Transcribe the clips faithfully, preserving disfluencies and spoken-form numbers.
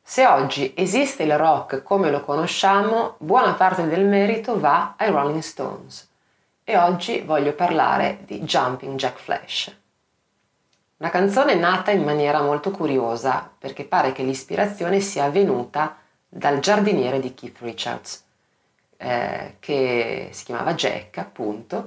Se oggi esiste il rock come lo conosciamo, buona parte del merito va ai Rolling Stones. E oggi voglio parlare di Jumping Jack Flash. Una canzone nata in maniera molto curiosa, perché pare che l'ispirazione sia venuta dal giardiniere di Keith Richards, eh, che si chiamava Jack, appunto,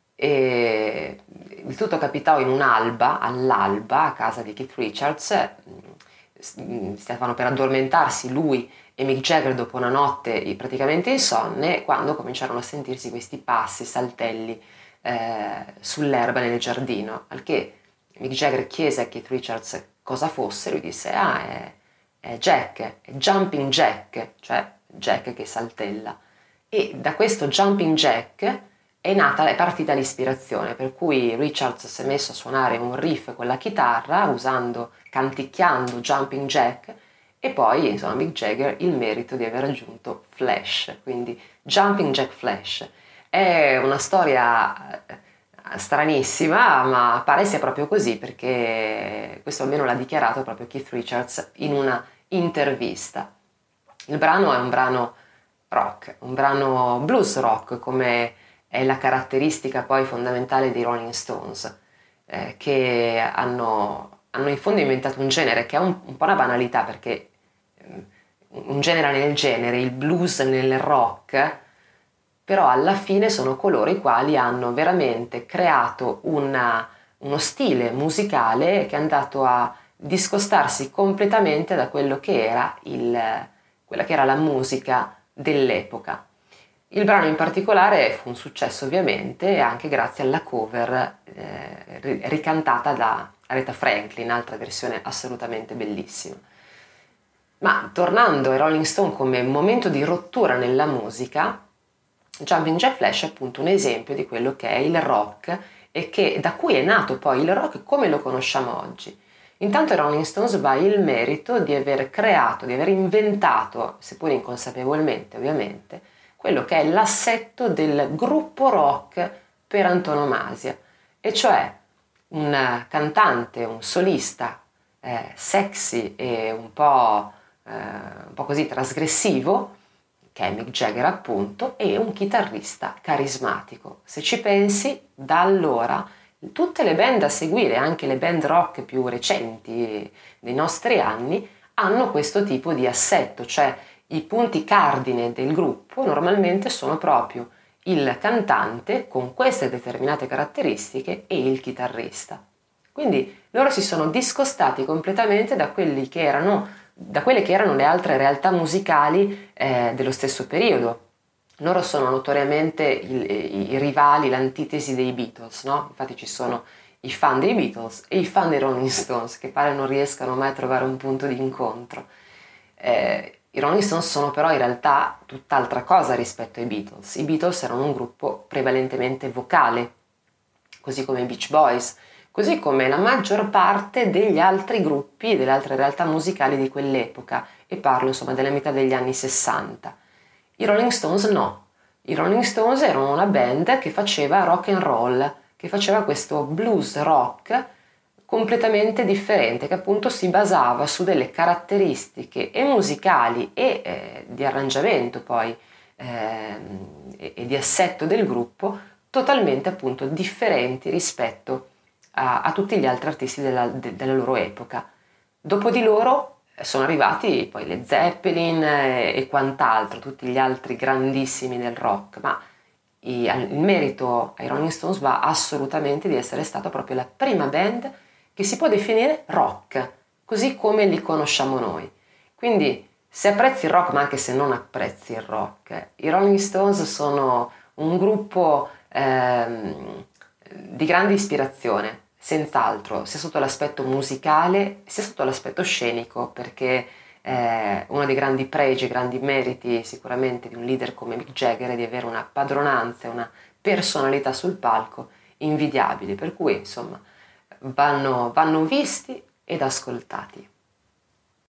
e il tutto capitò in un'alba, all'alba, a casa di Keith Richards. Stavano per addormentarsi lui e Mick Jagger dopo una notte praticamente insonne, quando cominciarono a sentirsi questi passi, saltelli eh, sull'erba nel giardino, al che Mick Jagger chiese a Keith Richards cosa fosse. Lui disse: ah, è, è Jack, è Jumping Jack, cioè Jack che saltella. E da questo Jumping Jack è nata, è partita l'ispirazione, per cui Richards si è messo a suonare un riff con la chitarra, usando, canticchiando Jumping Jack, e poi insomma Mick Jagger il merito di aver aggiunto Flash, quindi Jumping Jack Flash. È una storia stranissima, ma pare sia proprio così, perché questo almeno l'ha dichiarato proprio Keith Richards in una intervista. Il brano è un brano rock, un brano blues rock, come è la caratteristica poi fondamentale dei Rolling Stones, eh, che hanno, hanno in fondo inventato un genere che è un, un po' una banalità, perché um, un genere nel genere, il blues nel rock, però alla fine sono coloro i quali hanno veramente creato una, uno stile musicale che è andato a discostarsi completamente da quello che era, il, quella che era la musica dell'epoca. Il brano in particolare fu un successo ovviamente anche grazie alla cover eh, ricantata da Aretha Franklin, altra versione assolutamente bellissima. Ma tornando ai Rolling Stone come momento di rottura nella musica, Jumping Jack Flash è appunto un esempio di quello che è il rock e che, da cui è nato poi il rock come lo conosciamo oggi. Intanto ai Rolling Stones va il merito di aver creato, di aver inventato, seppur inconsapevolmente ovviamente, quello che è l'assetto del gruppo rock per antonomasia, e cioè un cantante, un solista eh, sexy e un po', eh, un po' così trasgressivo, che è Mick Jagger appunto, e un chitarrista carismatico. Se ci pensi, da allora tutte le band a seguire, anche le band rock più recenti dei nostri anni, hanno questo tipo di assetto, cioè i punti cardine del gruppo normalmente sono proprio il cantante con queste determinate caratteristiche e il chitarrista. Quindi loro si sono discostati completamente da quelli che erano, da quelle che erano le altre realtà musicali eh, dello stesso periodo. Loro sono notoriamente il, i, i rivali, l'antitesi dei Beatles, no? Infatti ci sono i fan dei Beatles e i fan dei Rolling Stones, che pare non riescano mai a trovare un punto di incontro. Eh, I Rolling Stones sono però in realtà tutt'altra cosa rispetto ai Beatles. I Beatles erano un gruppo prevalentemente vocale, così come i Beach Boys, così come la maggior parte degli altri gruppi e delle altre realtà musicali di quell'epoca, e parlo insomma della metà degli anni sessanta. I Rolling Stones no. I Rolling Stones erano una band che faceva rock and roll, che faceva questo blues rock completamente differente, che appunto si basava su delle caratteristiche e musicali e eh, di arrangiamento poi eh, e, e di assetto del gruppo totalmente appunto differenti rispetto a, a tutti gli altri artisti della, de, della loro epoca. Dopo di loro sono arrivati poi le Zeppelin e, e quant'altro, tutti gli altri grandissimi del rock, ma i, il merito ai Rolling Stones va assolutamente di essere stata proprio la prima band che si può definire rock, così come li conosciamo noi. Quindi se apprezzi il rock, ma anche se non apprezzi il rock, i Rolling Stones sono un gruppo ehm, di grande ispirazione, senz'altro, sia sotto l'aspetto musicale sia sotto l'aspetto scenico, perché eh, uno dei grandi pregi e grandi meriti sicuramente di un leader come Mick Jagger è di avere una padronanza e una personalità sul palco invidiabili, per cui insomma vanno, vanno visti ed ascoltati.